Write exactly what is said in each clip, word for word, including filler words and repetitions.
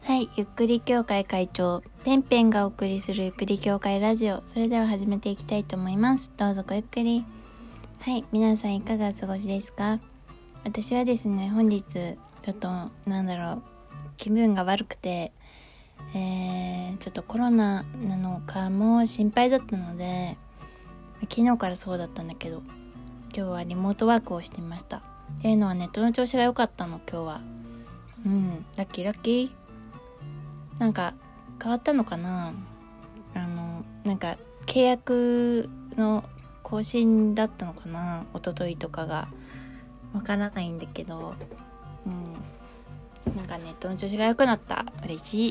はい、ゆっくり協会会長ペンペンがお送りするゆっくり協会ラジオ。それでは始めていきたいと思います。どうぞごゆっくり。はい、皆さんいかがお過ごしですか？私はですね、本日ちょっとなんだろう気分が悪くて、えー、ちょっとコロナなのかも心配だったので、昨日からそうだったんだけど、今日はリモートワークをしていました。っていうのはネットの調子が良かったの今日は。うんラッキーラッキー。なんか変わったのかな、あのなんか契約の更新だったのかな、一昨日とかがわからないんだけど、うんなんかネットの調子が良くなった。嬉しい。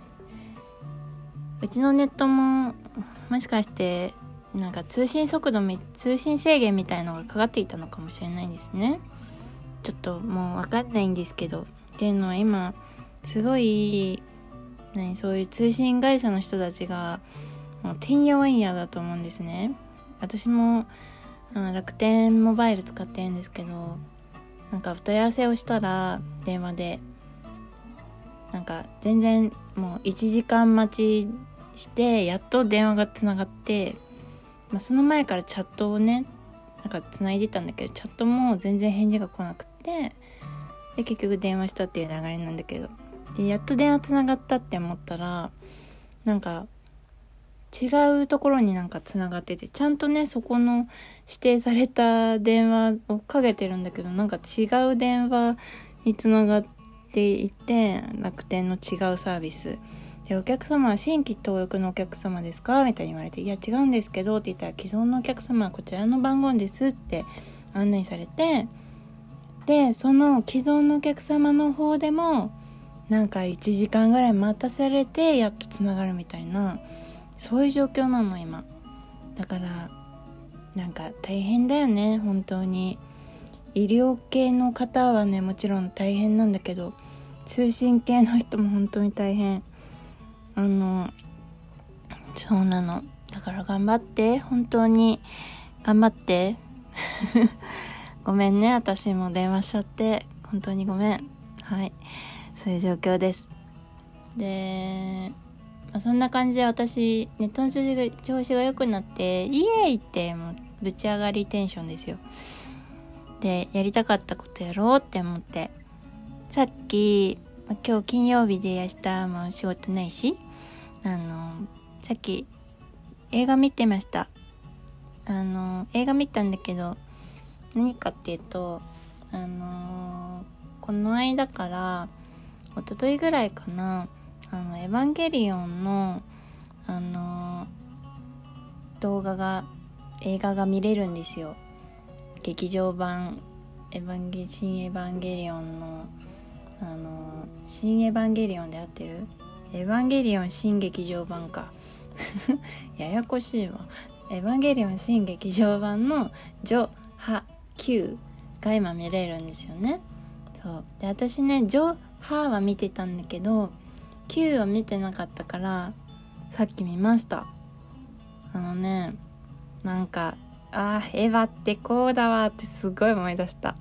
うちのネットももしかしてなんか通信速度み通信制限みたいのがかかっていたのかもしれないんですね。ちょっともうわかんないんですけど、っていうのは今すごい何そういう通信会社の人たちがもうてんやわんやだと思うんですね。私も楽天モバイル使ってるんですけど、なんかお問い合わせをしたら電話でなんか全然もういちじかん待ちしてやっと電話がつながって、まあ、その前からチャットをねなんかつないでたんだけど、チャットも全然返事が来なくて、で結局電話したっていう流れなんだけど、でやっと電話つながったって思ったらなんか違うところになんかつながってて、ちゃんとねそこの指定された電話をかけてるんだけど、なんか違う電話につながっていて、楽天の違うサービスで、お客様は新規登録のお客様ですかみたいに言われて、いや違うんですけどって言ったら、既存のお客様はこちらの番号ですって案内されて、でその既存のお客様の方でもなんかいちじかんぐらい待たされてやっとつながるみたいな、そういう状況なの今。だからなんか大変だよね本当に。医療系の方はねもちろん大変なんだけど、通信系の人も本当に大変。あのそうなの。だから頑張って、本当に頑張ってごめんね、私も電話しちゃって本当にごめん。はい、そういう状況です。で、まあ、そんな感じで私ネットの調子が調子が良くなってイエーイってもうぶち上がりテンションですよ。でやりたかったことやろうって思って、さっき、まあ、今日金曜日で明日も仕事ないし、あのさっき映画見てました。あの映画見たんだけど、何かっていうと、あのこの間から一昨日ぐらいかな、あのエヴァンゲリオンのあの動画が映画が見れるんですよ。劇場版エヴァンゲ新エヴァンゲリオンのあの新エヴァンゲリオンで合ってる？エヴァンゲリオン新劇場版かややこしいわ。エヴァンゲリオン新劇場版のジョハキューが今見れるんですよね。そうで、私ねジョハは見てたんだけどキューは見てなかったからさっき見ました。あのねなんかあーエヴァってこうだわってすごい思い出した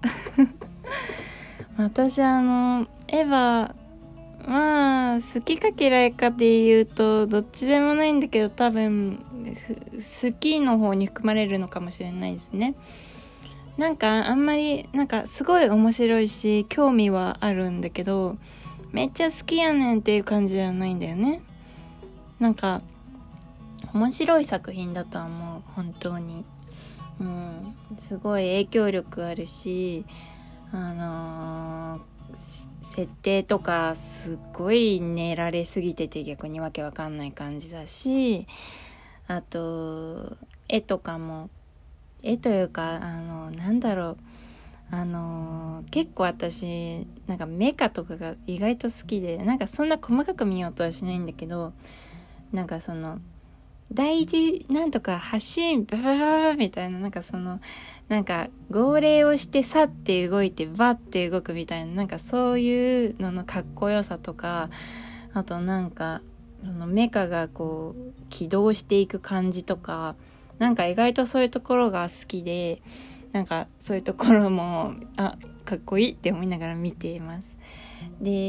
私あのエヴァまあ好きか嫌いかで言うとどっちでもないんだけど、多分好きの方に含まれるのかもしれないですね。なんかあんまりなんかすごい面白いし興味はあるんだけど、めっちゃ好きやねんっていう感じではないんだよね。なんか面白い作品だとは思う本当に。うん、すごい影響力あるし、あのー、設定とかすっごい練られすぎてて逆にわけわかんない感じだし、あと絵とかも絵というかあのなんだろうあのー、結構私なんかメカとかが意外と好きで、なんかそんな細かく見ようとはしないんだけど、なんかその大事なんとか発信ババババみたいな、なんかそのなんか号令をしてさって動いてバって動くみたいな、なんかそういうののかっこよさとか、あとなんかそのメカがこう起動していく感じとか、なんか意外とそういうところが好きで、なんかそういうところもあかっこいいって思いながら見ています。で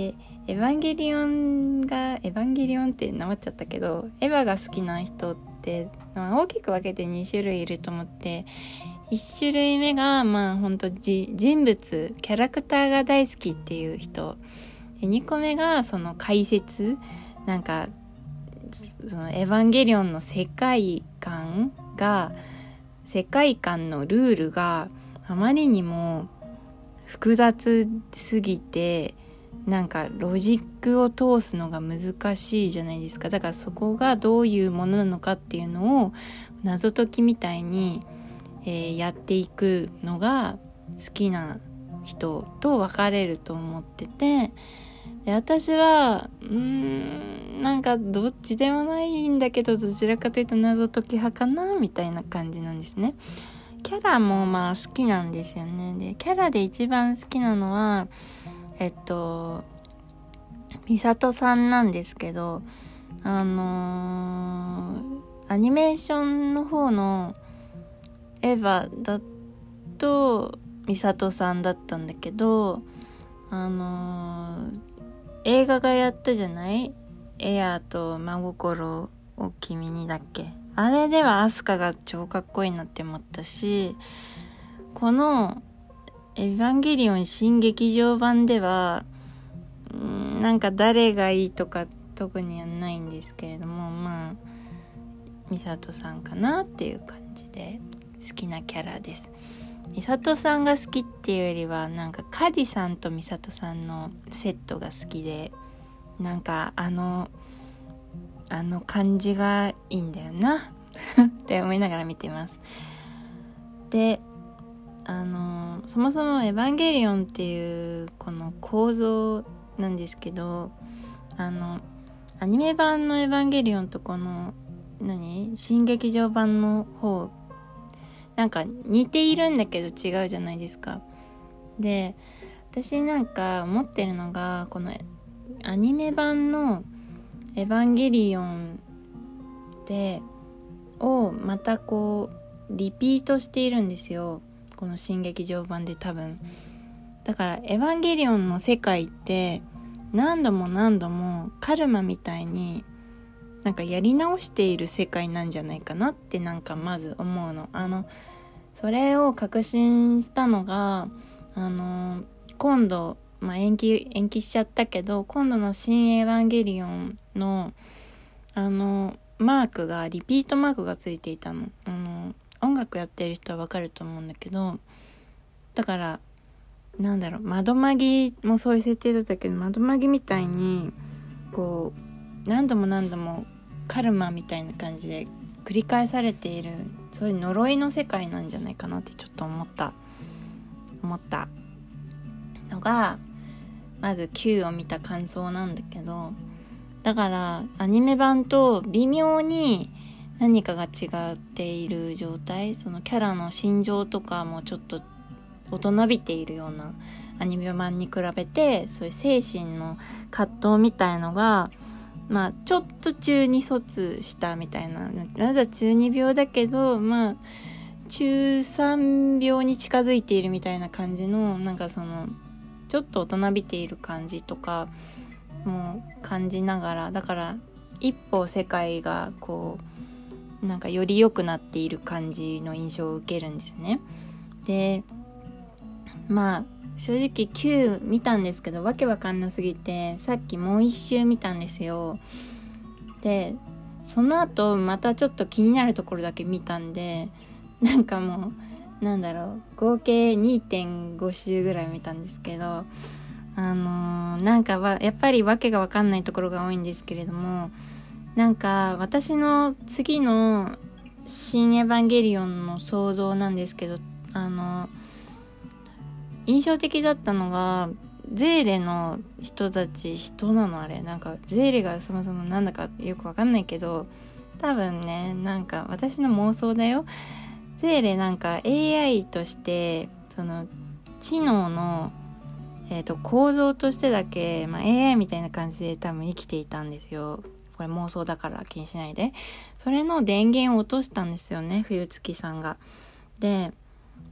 エヴァンゲリオンがエヴァンゲリオンってなまっちゃったけど、エヴァが好きな人って、まあ、大きく分けてに種類いると思って、いち種類目がまあ本当じ人物キャラクターが大好きっていう人で、にこめがその解説、なんかそのエヴァンゲリオンの世界観が世界観のルールがあまりにも複雑すぎて、なんかロジックを通すのが難しいじゃないですか。だからそこがどういうものなのかっていうのを謎解きみたいに、えー、やっていくのが好きな人と分かれると思ってて、で私はうーんなんかどっちでもないんだけど、どちらかというと謎解き派かなみたいな感じなんですね。キャラもまあ好きなんですよね。でキャラで一番好きなのはえっとミサトさんなんですけど、あのー、アニメーションの方のエヴァだとミサトさんだったんだけど、あのー、映画がやったじゃない？エアーと真心を君にだっけ？あれではアスカが超かっこいいなって思ったし、このエヴァンゲリオン新劇場版ではんなんか誰がいいとか特にはないんですけれども、まあミサトさんかなっていう感じで好きなキャラです。ミサトさんが好きっていうよりは、なんかカジさんとミサトさんのセットが好きで、なんかあのあの感じがいいんだよなって思いながら見てます。であのそもそもエヴァンゲリオンっていうこの構造なんですけど、あのアニメ版のエヴァンゲリオンとこの何新劇場版の方なんか似ているんだけど違うじゃないですか。で私なんか思ってるのが、このアニメ版のエヴァンゲリオンでをまたこうリピートしているんですよ、この新劇場版で多分。だからエヴァンゲリオンの世界って何度も何度もカルマみたいになんかやり直している世界なんじゃないかなってなんかまず思うの。あのそれを確信したのが、あの今度、まあ、延期延期しちゃったけど、今度の新エヴァンゲリオンのあのマークがリピートマークがついていたの。あの音楽やってる人はわかると思うんだけど、だからなんだろう、窓マギもそういう設定だったけど、窓マギみたいにこう何度も何度もカルマみたいな感じで繰り返されている、そういう呪いの世界なんじゃないかなってちょっと思った思ったのがまずきゅうを見た感想なんだけど、だからアニメ版と微妙に何かが違っている状態、そのキャラの心情とかもちょっと大人びているようなアニメ版に比べて、そういう精神の葛藤みたいのがまあちょっと中二卒したみたいな、まだ中二病だけどまあ中三病に近づいているみたいな感じの、なんかそのちょっと大人びている感じとかも感じながら、だから一歩世界がこうなんかより良くなっている感じの印象を受けるんですね。でまあ正直きゅう見たんですけど、わけわかんなすぎてさっきもう一周見たんですよ。でその後またちょっと気になるところだけ見たんで、なんかもうなんだろう、合計 にてんご 周ぐらい見たんですけど、あのー、なんかはやっぱりわけがわかんないところが多いんですけれども、なんか私の次の新エヴァンゲリオンの想像なんですけど、あの印象的だったのがゼーレの人たち、人なのあれ、なんかゼーレがそもそもなんだかよくわかんないけど、多分ね、なんか私の妄想だよ、ゼーレなんか エーアイ としてその知能の、えーと、構造としてだけ、まあ、エーアイ みたいな感じで多分生きていたんですよ。これ妄想だから気にしないで。それの電源を落としたんですよね、冬月さんが。で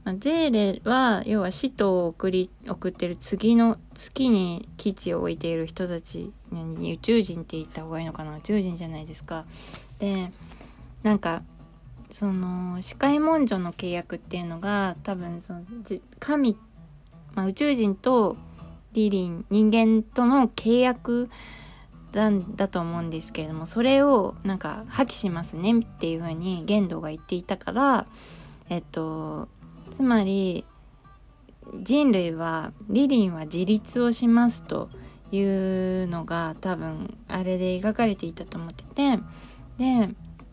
まあ、ゼーレは要は使徒を送り送ってる次の月に基地を置いている人たちに宇宙人って言った方がいいのかな、宇宙人じゃないですか。でなんかその視界文書の契約っていうのが多分その神、まあ、宇宙人とリリン人間との契約だ, だと思うんですけれども、それをなんか破棄しますねっていう風に玄道が言っていたから、えっとつまり人類はリリンは自立をしますというのが多分あれで描かれていたと思ってて、で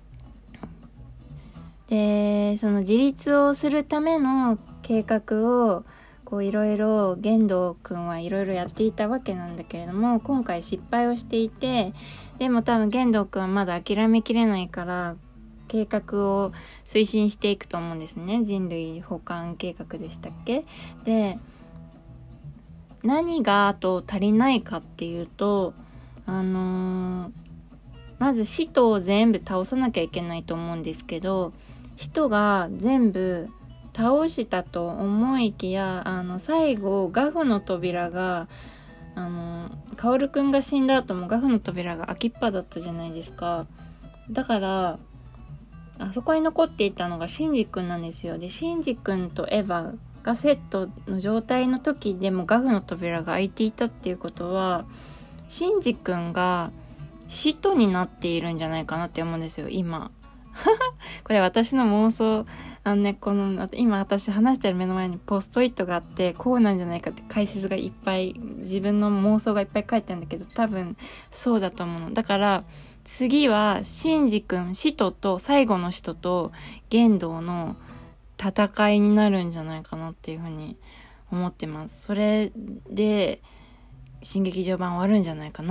でその自立をするための計画をこういろいろ玄道くんはいろいろやっていたわけなんだけれども、今回失敗をしていて、でも多分玄道くんはまだ諦めきれないから計画を推進していくと思うんですね。人類補完計画でしたっけ。で何があと足りないかっていうと、あのー、まず使徒を全部倒さなきゃいけないと思うんですけど、使徒が全部倒したと思いきや、あの最後ガフの扉があのカオルくんが死んだ後もガフの扉が開きっぱだったじゃないですか。だからあそこに残っていたのがシンジ君なんですよ。でシンジ君とエヴァがセットの状態の時でもガフの扉が開いていたっていうことは、シンジ君が使徒になっているんじゃないかなって思うんですよ今これ私の妄想。あのね、この今私話してる目の前にポストイットがあって、こうなんじゃないかって解説がいっぱい、自分の妄想がいっぱい書いてあるんだけど、多分そうだと思うの。だから次はシンジ君、使徒と最後の使徒と玄道の戦いになるんじゃないかなっていうふうに思ってます。それで新劇場版終わるんじゃないかな。